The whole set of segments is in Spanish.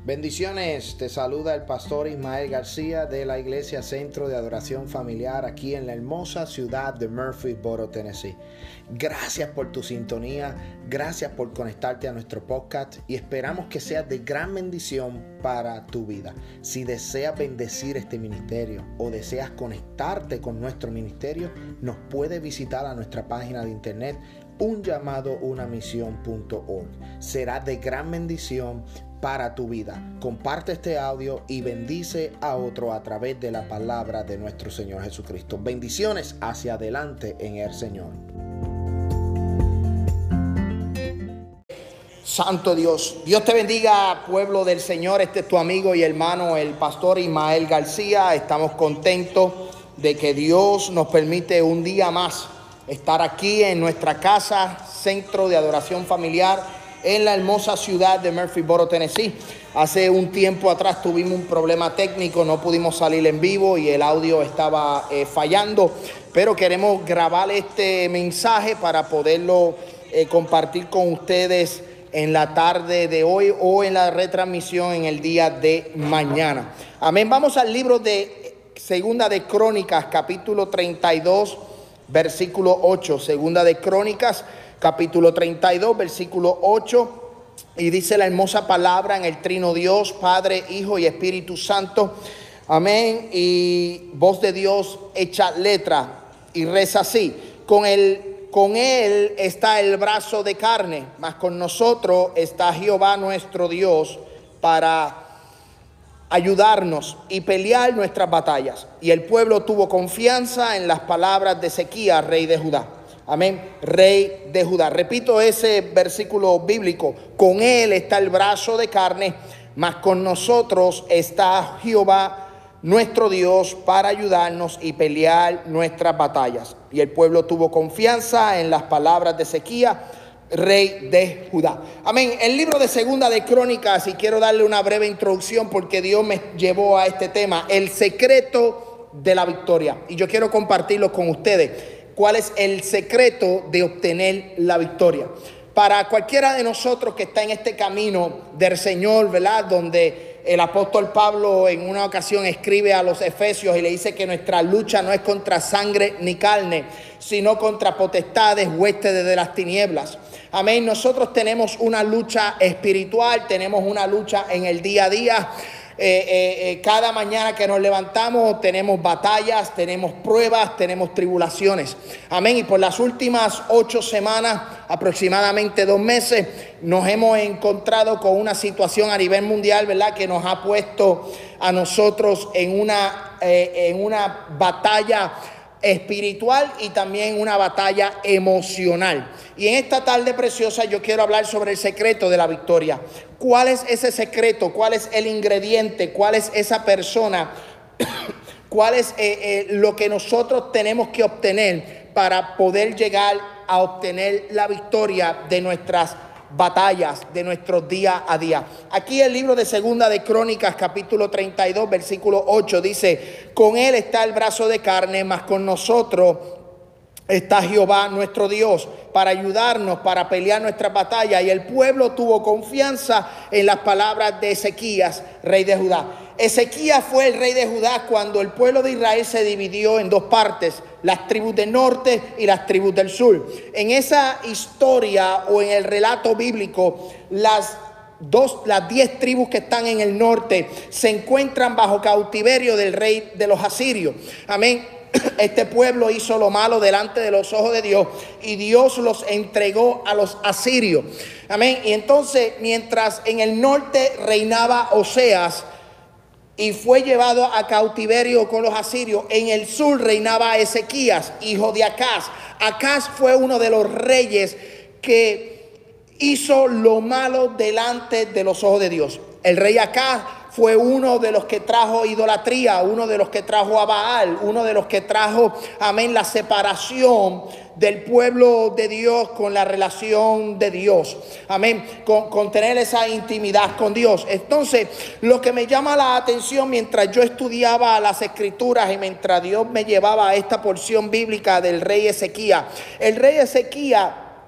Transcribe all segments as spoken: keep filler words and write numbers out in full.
Bendiciones, te saluda el pastor Ismael García de la Iglesia Centro de Adoración Familiar aquí en la hermosa ciudad de Murfreesboro, Tennessee. Gracias por tu sintonía, gracias por conectarte a nuestro podcast y esperamos que sea de gran bendición para tu vida. Si deseas bendecir este ministerio o deseas conectarte con nuestro ministerio, nos puedes visitar a nuestra página de internet un llamado una misión punto org. Será de gran bendición para tu vida. Comparte este audio y bendice a otro a través de la palabra de nuestro Señor Jesucristo. Bendiciones hacia adelante en el Señor. Santo Dios, Dios te bendiga, pueblo del Señor. Este es tu amigo y hermano, el pastor Ismael García. Estamos contentos de que Dios nos permite un día más estar aquí en nuestra casa, Centro de Adoración Familiar, en la hermosa ciudad de Murfreesboro, Tennessee. Hace un tiempo atrás tuvimos un problema técnico, no pudimos salir en vivo y el audio estaba eh, fallando, pero queremos grabar este mensaje para poderlo eh, compartir con ustedes en la tarde de hoy o en la retransmisión en el día de mañana. Amén. Vamos al libro de Segunda de Crónicas, capítulo treinta y dos, versículo ocho. Segunda de Crónicas, capítulo treinta y dos, versículo ocho, y dice la hermosa palabra en el trino Dios, Padre, Hijo y Espíritu Santo. Amén. Y voz de Dios hecha letra y reza así: con él, con él está el brazo de carne, mas con nosotros está Jehová nuestro Dios para ayudarnos y pelear nuestras batallas. Y el pueblo tuvo confianza en las palabras de Ezequías, rey de Judá. Amén, rey de Judá. Repito ese versículo bíblico: con él está el brazo de carne, mas con nosotros está Jehová nuestro Dios para ayudarnos y pelear nuestras batallas. Y el pueblo tuvo confianza en las palabras de Ezequías, rey de Judá. Amén. El libro de Segunda de Crónicas, y quiero darle una breve introducción porque Dios me llevó a este tema, el secreto de la victoria. Y yo quiero compartirlo con ustedes. ¿Cuál es el secreto de obtener la victoria? Para cualquiera de nosotros que está en este camino del Señor, ¿verdad? Donde el apóstol Pablo en una ocasión escribe a los Efesios y le dice que nuestra lucha no es contra sangre ni carne, sino contra potestades, huestes de las tinieblas. Amén. Nosotros tenemos una lucha espiritual, tenemos una lucha en el día a día. Eh, eh, eh, cada mañana que nos levantamos tenemos batallas, tenemos pruebas, tenemos tribulaciones. Amén. Y por las últimas ocho semanas, aproximadamente dos meses, nos hemos encontrado con una situación a nivel mundial, ¿verdad?, que nos ha puesto a nosotros en una, eh, en una batalla espiritual y también una batalla emocional. Y en esta tarde preciosa yo quiero hablar sobre el secreto de la victoria. ¿Cuál es ese secreto? ¿Cuál es el ingrediente? ¿Cuál es esa persona? ¿Cuál es eh, eh, lo que nosotros tenemos que obtener para poder llegar a obtener la victoria de nuestras batallas, de nuestros día a día? Aquí el libro de Segunda de Crónicas, capítulo treinta y dos, versículo ocho, dice: con él está el brazo de carne, mas con nosotros está Jehová nuestro Dios para ayudarnos, para pelear nuestras batallas. Y el pueblo tuvo confianza en las palabras de Ezequías, rey de Judá. Ezequías fue el rey de Judá cuando el pueblo de Israel se dividió en dos partes, las tribus del norte y las tribus del sur. En esa historia o en el relato bíblico, las dos, las diez tribus que están en el norte se encuentran bajo cautiverio del rey de los asirios. Amén. Este pueblo hizo lo malo delante de los ojos de Dios y Dios los entregó a los asirios. Amén. Y entonces, mientras en el norte reinaba Oseas y fue llevado a cautiverio con los asirios, en el sur reinaba Ezequías, hijo de Acaz. Acaz fue uno de los reyes que hizo lo malo delante de los ojos de Dios. El rey Acaz fue uno de los que trajo idolatría, uno de los que trajo a Baal, uno de los que trajo, amén, la separación del pueblo de Dios con la relación de Dios. Amén, con, con tener esa intimidad con Dios. Entonces, lo que me llama la atención mientras yo estudiaba las escrituras y mientras Dios me llevaba a esta porción bíblica del rey Ezequías, el rey Ezequías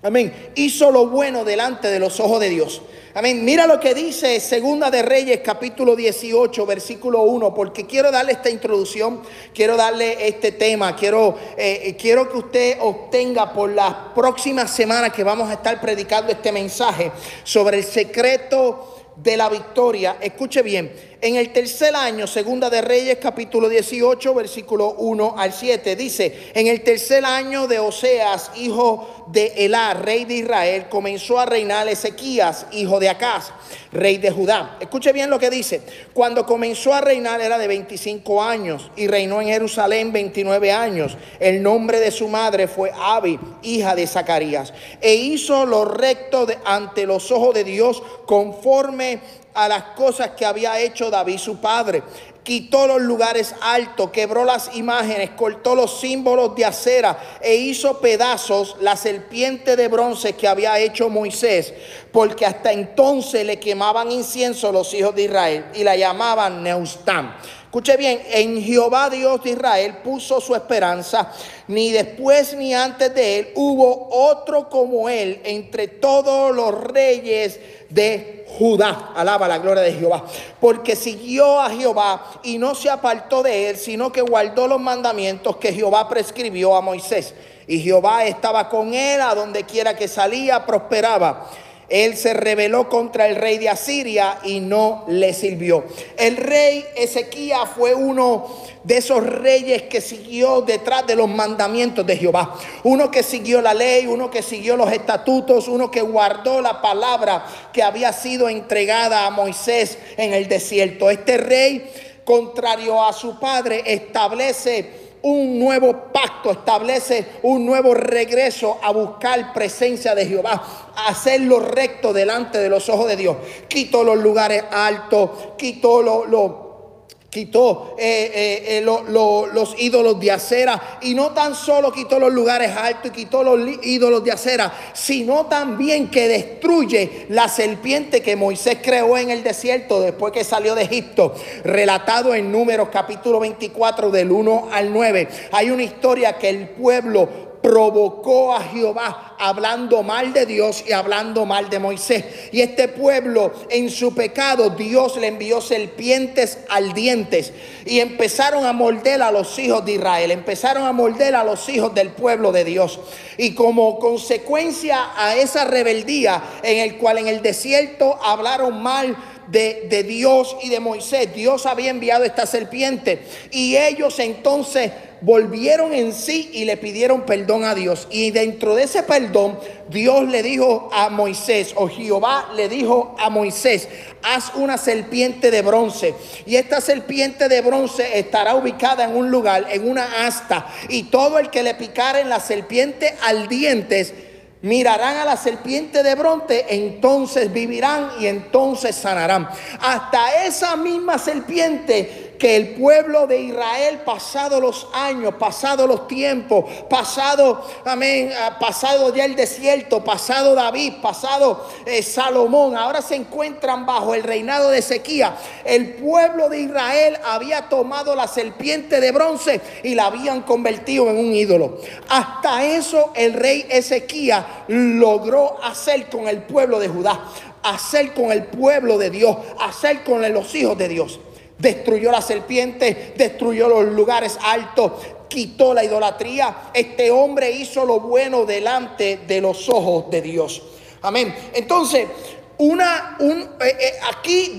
Amén. Hizo lo bueno delante de los ojos de Dios. Amén. Mira lo que dice Segunda de Reyes, capítulo dieciocho, versículo uno. Porque quiero darle esta introducción, quiero darle este tema. Quiero, eh, quiero que usted obtenga por las próximas semanas que vamos a estar predicando este mensaje sobre el secreto de la victoria. Escuche bien. En el tercer año, Segunda de Reyes, capítulo dieciocho, versículo uno al siete, dice: en el tercer año de Oseas, hijo de Elá, rey de Israel, comenzó a reinar Ezequías, hijo de Acaz, rey de Judá. Escuche bien lo que dice. Cuando comenzó a reinar era de veinticinco años y reinó en Jerusalén veintinueve años. El nombre de su madre fue Abi, hija de Zacarías. E hizo lo recto de, ante los ojos de Dios, conforme a las cosas que había hecho David su padre. Quitó los lugares altos, quebró las imágenes, cortó los símbolos de acera e hizo pedazos la serpiente de bronce que había hecho Moisés, porque hasta entonces le quemaban incienso los hijos de Israel y la llamaban Neustán. Escuche bien, en Jehová Dios de Israel puso su esperanza, ni después ni antes de él hubo otro como él entre todos los reyes de Judá. Alaba la gloria de Jehová. Porque siguió a Jehová y no se apartó de él, sino que guardó los mandamientos que Jehová prescribió a Moisés. Y Jehová estaba con él, a donde quiera que salía prosperaba. Él se rebeló contra el rey de Asiria y no le sirvió. El rey Ezequías fue uno de esos reyes que siguió detrás de los mandamientos de Jehová. Uno que siguió la ley, uno que siguió los estatutos, uno que guardó la palabra que había sido entregada a Moisés en el desierto. Este rey, contrario a su padre, establece un nuevo pacto, establece un nuevo regreso a buscar presencia de Jehová, a hacer lo recto delante de los ojos de Dios. Quitó los lugares altos, quitó lo, lo Quitó eh, eh, eh, lo, lo, los ídolos de acera. Y no tan solo quitó los lugares altos y quitó los ídolos de acera, sino también que destruye la serpiente que Moisés creó en el desierto después que salió de Egipto. Relatado en Números capítulo veinticuatro del uno al nueve. Hay una historia que el pueblo provocó a Jehová hablando mal de Dios y hablando mal de Moisés. Y este pueblo, en su pecado, Dios le envió serpientes ardientes y empezaron a morder a los hijos de Israel, empezaron a morder a los hijos del pueblo de Dios. Y como consecuencia a esa rebeldía, en el cual en el desierto hablaron mal De, de Dios y de Moisés, Dios había enviado esta serpiente y ellos entonces volvieron en sí y le pidieron perdón a Dios. Y dentro de ese perdón, Dios le dijo a Moisés, o Jehová le dijo a Moisés: haz una serpiente de bronce, y esta serpiente de bronce estará ubicada en un lugar, en una asta, y todo el que le picare en la serpiente ardientes mirarán a la serpiente de bronce, entonces vivirán y entonces sanarán. Hasta esa misma serpiente que el pueblo de Israel, pasado los años, pasado los tiempos, pasado, amén, pasado ya el desierto, pasado David, pasado eh, Salomón, ahora se encuentran bajo el reinado de Ezequías. El pueblo de Israel había tomado la serpiente de bronce y la habían convertido en un ídolo. Hasta eso el rey Ezequías logró hacer con el pueblo de Judá, hacer con el pueblo de Dios, hacer con los hijos de Dios. Destruyó la serpiente, destruyó los lugares altos, quitó la idolatría. Este hombre hizo lo bueno delante de los ojos de Dios. Amén. Entonces, una, un, eh, eh, aquí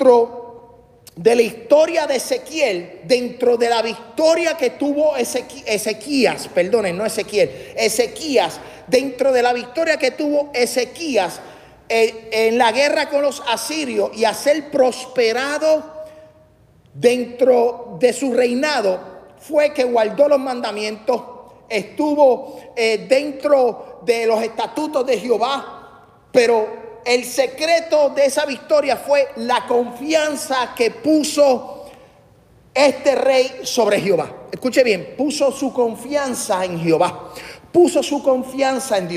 dentro de la historia de Ezequiel, dentro de la victoria que tuvo Ezequi, Ezequías, perdonen, no Ezequiel, Ezequías, dentro de la victoria que tuvo Ezequías eh, en la guerra con los asirios y hacer prosperado dentro de su reinado, fue que guardó los mandamientos, estuvo eh, dentro de los estatutos de Jehová. Pero el secreto de esa victoria fue la confianza que puso este rey sobre Jehová. Escuche bien, puso su confianza en Jehová, puso su confianza en Dios.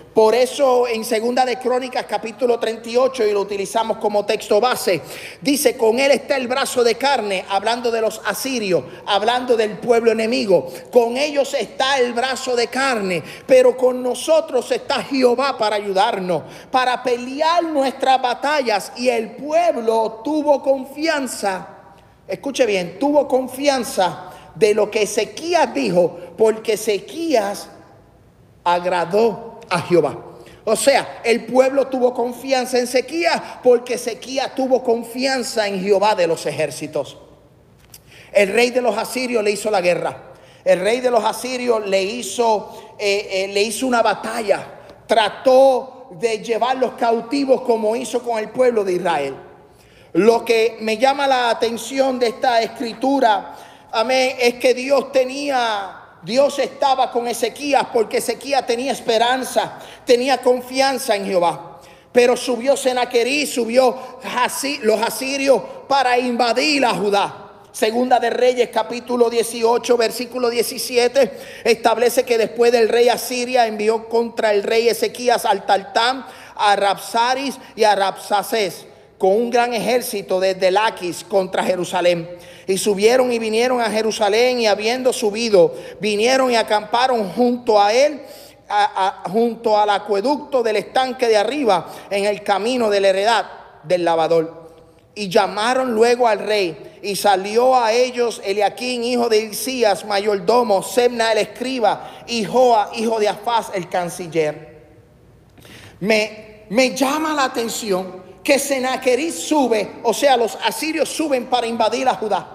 Por eso en Segunda de Crónicas capítulo treinta y ocho, y lo utilizamos como texto base, dice: con él está el brazo de carne, hablando de los asirios, hablando del pueblo enemigo. Con ellos está el brazo de carne, pero con nosotros está Jehová para ayudarnos, para pelear nuestras batallas. Y el pueblo tuvo confianza, escuche bien, tuvo confianza de lo que Ezequías dijo, porque Ezequías agradó a Jehová. O sea, el pueblo tuvo confianza en Ezequías porque Ezequías tuvo confianza en Jehová de los ejércitos. El rey de los asirios le hizo la guerra. El rey de los asirios le hizo, eh, eh, le hizo una batalla. Trató de llevar los cautivos como hizo con el pueblo de Israel. Lo que me llama la atención de esta escritura, amén, es que Dios tenía... Dios estaba con Ezequías porque Ezequías tenía esperanza, tenía confianza en Jehová. Pero subió Senaquerib, subió los asirios para invadir a Judá. Segunda de Reyes capítulo dieciocho versículo diecisiete establece que después del rey Asiria envió contra el rey Ezequías al Tartán, a Rabsaris y a Rabsacés con un gran ejército desde Laquis contra Jerusalén. Y subieron y vinieron a Jerusalén, y habiendo subido, vinieron y acamparon junto a él, a, a, junto al acueducto del estanque de arriba, en el camino de la heredad del lavador. Y llamaron luego al rey, y salió a ellos Eliaquín, hijo de Hilcías, mayordomo, Sebna el escriba, y Joa, hijo de Afaz, el canciller. Me, me llama la atención que Senaquerib sube, o sea, los asirios suben para invadir a Judá.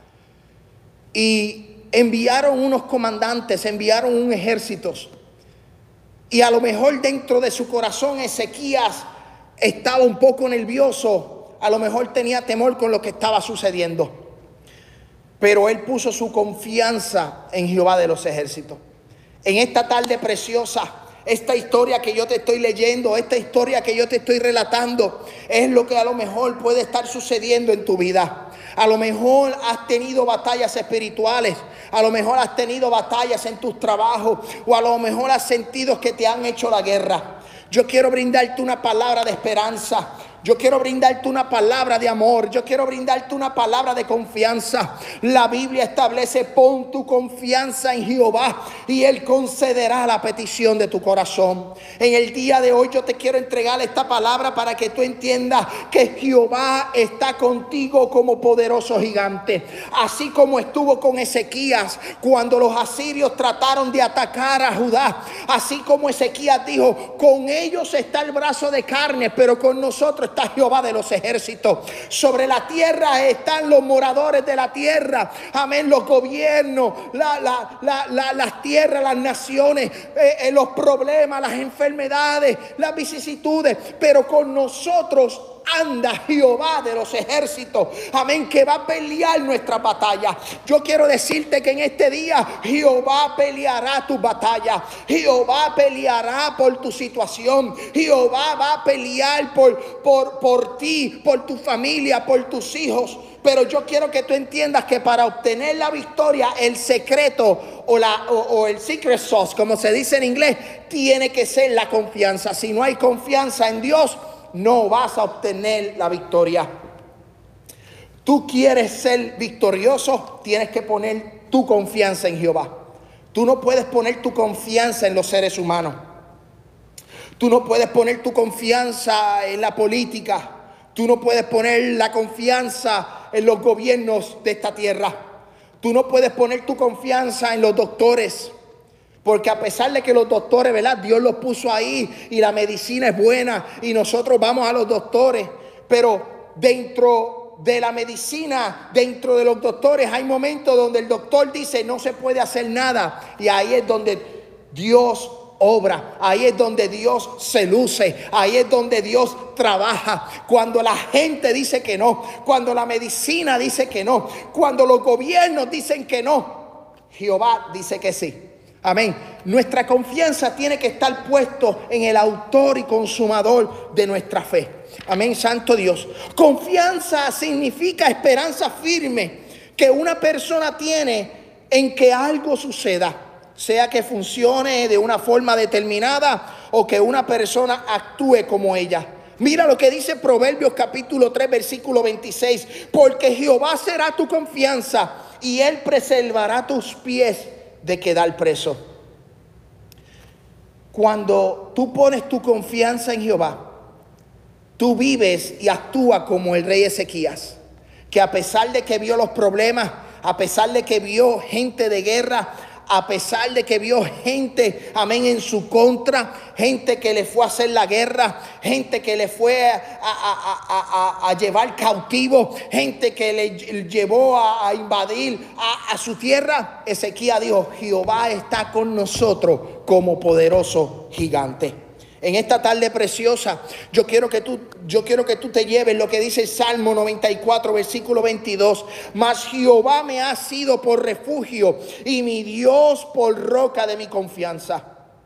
Y enviaron unos comandantes, enviaron un ejército. Y a lo mejor dentro de su corazón Ezequías estaba un poco nervioso. A lo mejor tenía temor con lo que estaba sucediendo. Pero él puso su confianza en Jehová de los ejércitos. En esta tarde preciosa, esta historia que yo te estoy leyendo, esta historia que yo te estoy relatando, es lo que a lo mejor puede estar sucediendo en tu vida. A lo mejor has tenido batallas espirituales, a lo mejor has tenido batallas en tus trabajos, o a lo mejor has sentido que te han hecho la guerra. Yo quiero brindarte una palabra de esperanza. Yo quiero brindarte una palabra de amor. Yo quiero brindarte una palabra de confianza. La Biblia establece: pon tu confianza en Jehová y Él concederá la petición de tu corazón. En el día de hoy yo te quiero entregar esta palabra para que tú entiendas que Jehová está contigo como poderoso gigante. Así como estuvo con Ezequías cuando los asirios trataron de atacar a Judá. Así como Ezequías dijo: con ellos está el brazo de carne, pero con nosotros está Jehová de los ejércitos. Sobre la tierra están los moradores de la tierra, amén, los gobiernos, la, la, la, la, las tierras, las naciones, eh, eh, los problemas, las enfermedades, las vicisitudes, pero con nosotros anda Jehová de los ejércitos, amén, que va a pelear nuestra batalla. Yo quiero decirte que en este día Jehová peleará tu batalla. Jehová peleará por tu situación. Jehová va a pelear por, por, por ti, por tu familia, por tus hijos. Pero yo quiero que tú entiendas que para obtener la victoria, el secreto o, la, o, o el secret sauce, como se dice en inglés, tiene que ser la confianza. Si no hay confianza en Dios, no vas a obtener la victoria. Tú quieres ser victorioso, tienes que poner tu confianza en Jehová. Tú no puedes poner tu confianza en los seres humanos. Tú no puedes poner tu confianza en la política. Tú no puedes poner la confianza en los gobiernos de esta tierra. Tú no puedes poner tu confianza en los doctores. Porque a pesar de que los doctores, ¿verdad?, Dios los puso ahí y la medicina es buena y nosotros vamos a los doctores. Pero dentro de la medicina, dentro de los doctores, hay momentos donde el doctor dice no se puede hacer nada. Y ahí es donde Dios obra, ahí es donde Dios se luce, ahí es donde Dios trabaja. Cuando la gente dice que no, cuando la medicina dice que no, cuando los gobiernos dicen que no, Jehová dice que sí. Amén. Nuestra confianza tiene que estar puesto en el autor y consumador de nuestra fe. Amén, santo Dios. Confianza significa esperanza firme que una persona tiene en que algo suceda, sea que funcione de una forma determinada o que una persona actúe como ella. Mira lo que dice Proverbios capítulo tres, versículo veintiséis. Porque Jehová será tu confianza y Él preservará tus pies de quedar preso. Cuando tú pones tu confianza en Jehová, tú vives y actúas como el rey Ezequías, que a pesar de que vio los problemas, a pesar de que vio gente de guerra, a pesar de que vio gente, amén, en su contra, gente que le fue a hacer la guerra, gente que le fue a, a, a, a, a llevar cautivo, gente que le llevó a, a invadir a, a su tierra, Ezequías dijo: Jehová está con nosotros como poderoso gigante. En esta tarde preciosa, yo quiero que tú, yo quiero que tú te lleves lo que dice el Salmo noventa y cuatro, versículo veintidós. Mas Jehová me ha sido por refugio y mi Dios por roca de mi confianza.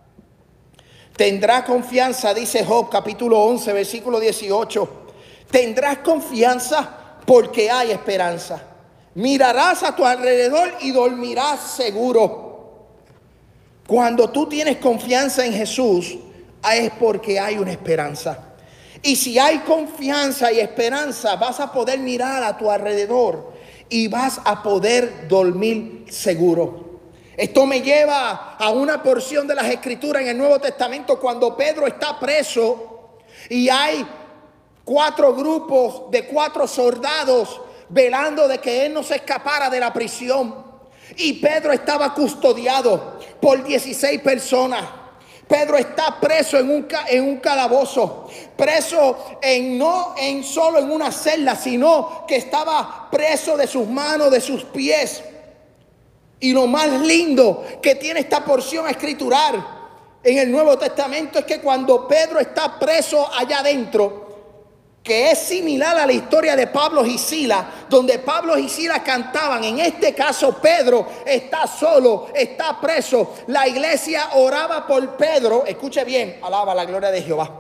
Tendrás confianza, dice Job capítulo once, versículo dieciocho. Tendrás confianza porque hay esperanza. Mirarás a tu alrededor y dormirás seguro. Cuando tú tienes confianza en Jesús, es porque hay una esperanza. Y si hay confianza y esperanza, vas a poder mirar a tu alrededor y vas a poder dormir seguro. Esto me lleva a una porción de las Escrituras en el Nuevo Testamento, cuando Pedro está preso y hay cuatro grupos de cuatro soldados velando de que él no se escapara de la prisión. Y Pedro estaba custodiado por dieciséis personas. Pedro está preso en un, en un calabozo, preso en, no en solo en una celda, sino que estaba preso de sus manos, de sus pies. Y lo más lindo que tiene esta porción escritural en el Nuevo Testamento es que cuando Pedro está preso allá adentro, que es similar a la historia de Pablo y Silas, donde Pablo y Silas cantaban. En este caso Pedro está solo, está preso. La iglesia oraba por Pedro. Escuche bien, alaba la gloria de Jehová.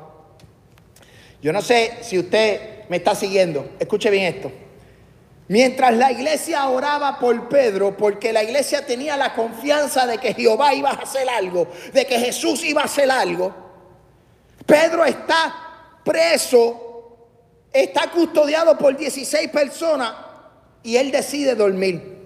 Yo no sé si usted me está siguiendo. Escuche bien esto. Mientras la iglesia oraba por Pedro, porque la iglesia tenía la confianza de que Jehová iba a hacer algo, de que Jesús iba a hacer algo, Pedro está preso. Está custodiado por dieciséis personas y él decide dormir.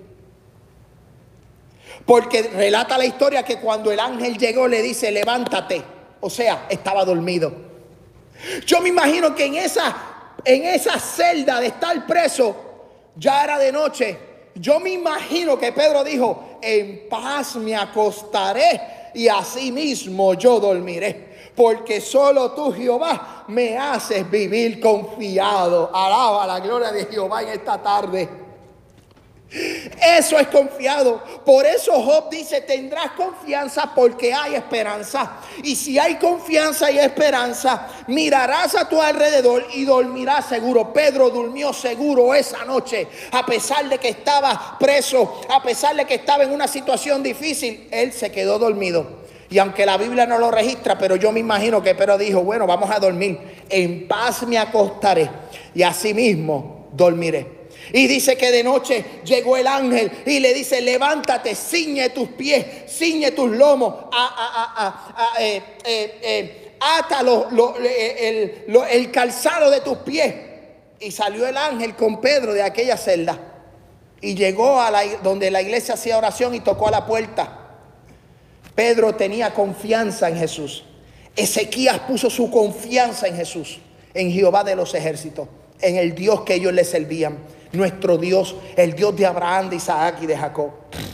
Porque relata la historia que cuando el ángel llegó le dice: levántate. O sea, estaba dormido. Yo me imagino que en esa, en esa celda de estar preso, ya era de noche. Yo me imagino que Pedro dijo: en paz me acostaré y así mismo yo dormiré. Porque solo tú, Jehová, me haces vivir confiado. Alaba la gloria de Jehová en esta tarde. Eso es confiado. Por eso Job dice: tendrás confianza porque hay esperanza. Y si hay confianza y esperanza, mirarás a tu alrededor y dormirás seguro. Pedro durmió seguro esa noche. A pesar de que estaba preso, a pesar de que estaba en una situación difícil, él se quedó dormido. Y aunque la Biblia no lo registra, pero yo me imagino que Pedro dijo: bueno, vamos a dormir. En paz me acostaré y asimismo dormiré. Y dice que de noche llegó el ángel y le dice: levántate, ciñe tus pies, ciñe tus lomos, a, a, a, a, a, eh, eh, eh, ata lo, lo, el, lo, el calzado de tus pies. Y salió el ángel con Pedro de aquella celda y llegó a la, donde la iglesia hacía oración y tocó a la puerta. Pedro tenía confianza en Jesús. Ezequías puso su confianza en Jesús, en Jehová de los ejércitos, en el Dios que ellos le servían. Nuestro Dios, el Dios de Abraham, de Isaac y de Jacob.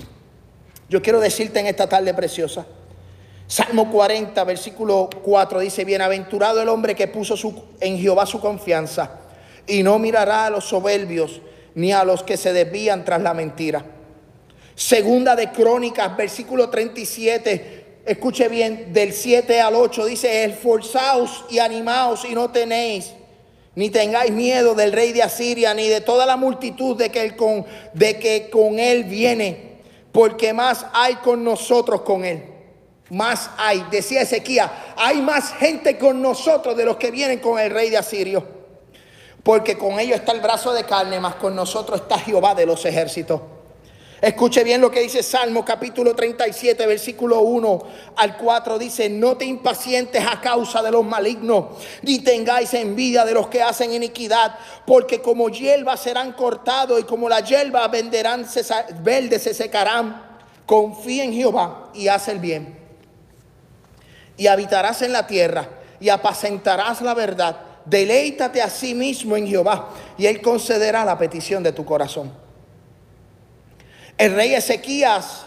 Yo quiero decirte en esta tarde preciosa, Salmo cuarenta, versículo cuatro dice: bienaventurado el hombre que puso su, en Jehová su confianza, y no mirará a los soberbios, ni a los que se desvían tras la mentira. Segunda de Crónicas, versículo treinta y siete, escuche bien, del siete al ocho, dice: esforzaos y animaos y no tenéis, ni tengáis miedo del rey de Asiria, ni de toda la multitud de que, él con, de que con él viene, porque más hay con nosotros con él. Más hay, decía Ezequías, hay más gente con nosotros de los que vienen con el rey de Asiria. Porque con ellos está el brazo de carne, más con nosotros está Jehová de los ejércitos. Escuche bien lo que dice Salmo capítulo treinta y siete, versículo uno al cuatro. Dice: no te impacientes a causa de los malignos, ni tengáis envidia de los que hacen iniquidad, porque como hierba serán cortados y como la hierba venderán verde se secarán. Confía en Jehová y haz el bien, y habitarás en la tierra y apacentarás la verdad. Deleítate a sí mismo en Jehová y Él concederá la petición de tu corazón. El rey Ezequías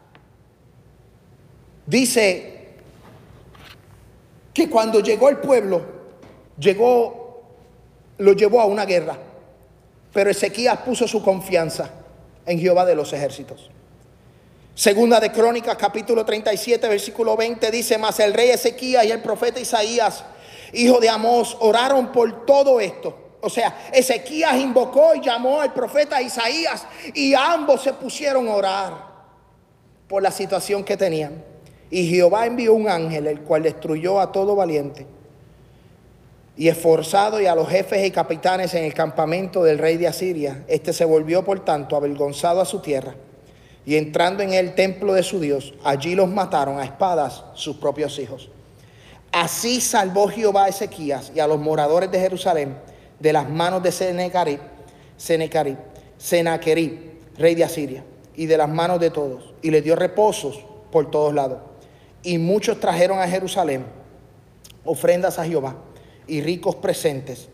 dice que cuando llegó el pueblo, llegó, lo llevó a una guerra. Pero Ezequías puso su confianza en Jehová de los ejércitos. Segunda de Crónicas, capítulo treinta y siete, versículo veinte, dice: mas el rey Ezequías y el profeta Isaías, hijo de Amós, oraron por todo esto. O sea, Ezequías invocó y llamó al profeta Isaías, y ambos se pusieron a orar por la situación que tenían. Y Jehová envió un ángel, el cual destruyó a todo valiente y esforzado, y a los jefes y capitanes en el campamento del rey de Asiria. Este se volvió, por tanto, avergonzado a su tierra, y entrando en el templo de su Dios, allí los mataron a espadas sus propios hijos. Así salvó Jehová a Ezequías y a los moradores de Jerusalén de las manos de Senaquerib, Senaquerib, Senaquerib, rey de Asiria, y de las manos de todos, y le dio reposos por todos lados. Y muchos trajeron a Jerusalén ofrendas a Jehová y ricos presentes,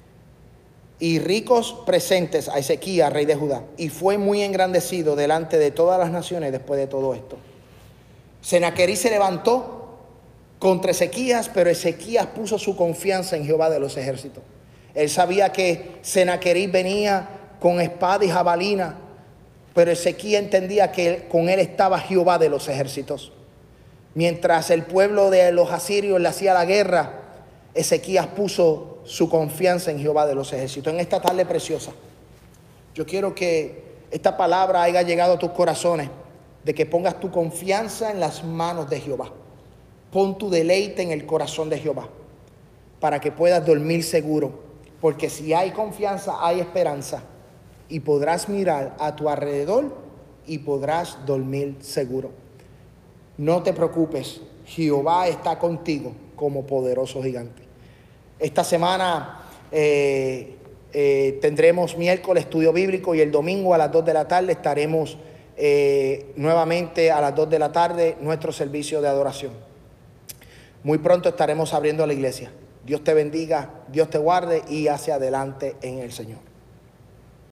y ricos presentes a Ezequías, rey de Judá, y fue muy engrandecido delante de todas las naciones después de todo esto. Senaquerib se levantó contra Ezequías, pero Ezequías puso su confianza en Jehová de los ejércitos. Él sabía que Senaquerib venía con espada y jabalina, pero Ezequías entendía que con él estaba Jehová de los ejércitos. Mientras el pueblo de los asirios le hacía la guerra, Ezequías puso su confianza en Jehová de los ejércitos. En esta tarde preciosa, yo quiero que esta palabra haya llegado a tus corazones, de que pongas tu confianza en las manos de Jehová. Pon tu deleite en el corazón de Jehová, para que puedas dormir seguro. Porque si hay confianza, hay esperanza, y podrás mirar a tu alrededor y podrás dormir seguro. No te preocupes, Jehová está contigo como poderoso gigante. Esta semana eh, eh, tendremos miércoles estudio bíblico, y el domingo a las dos de la tarde estaremos eh, nuevamente a las dos de la tarde nuestro servicio de adoración. Muy pronto estaremos abriendo la iglesia. Dios te bendiga, Dios te guarde y hacia adelante en el Señor.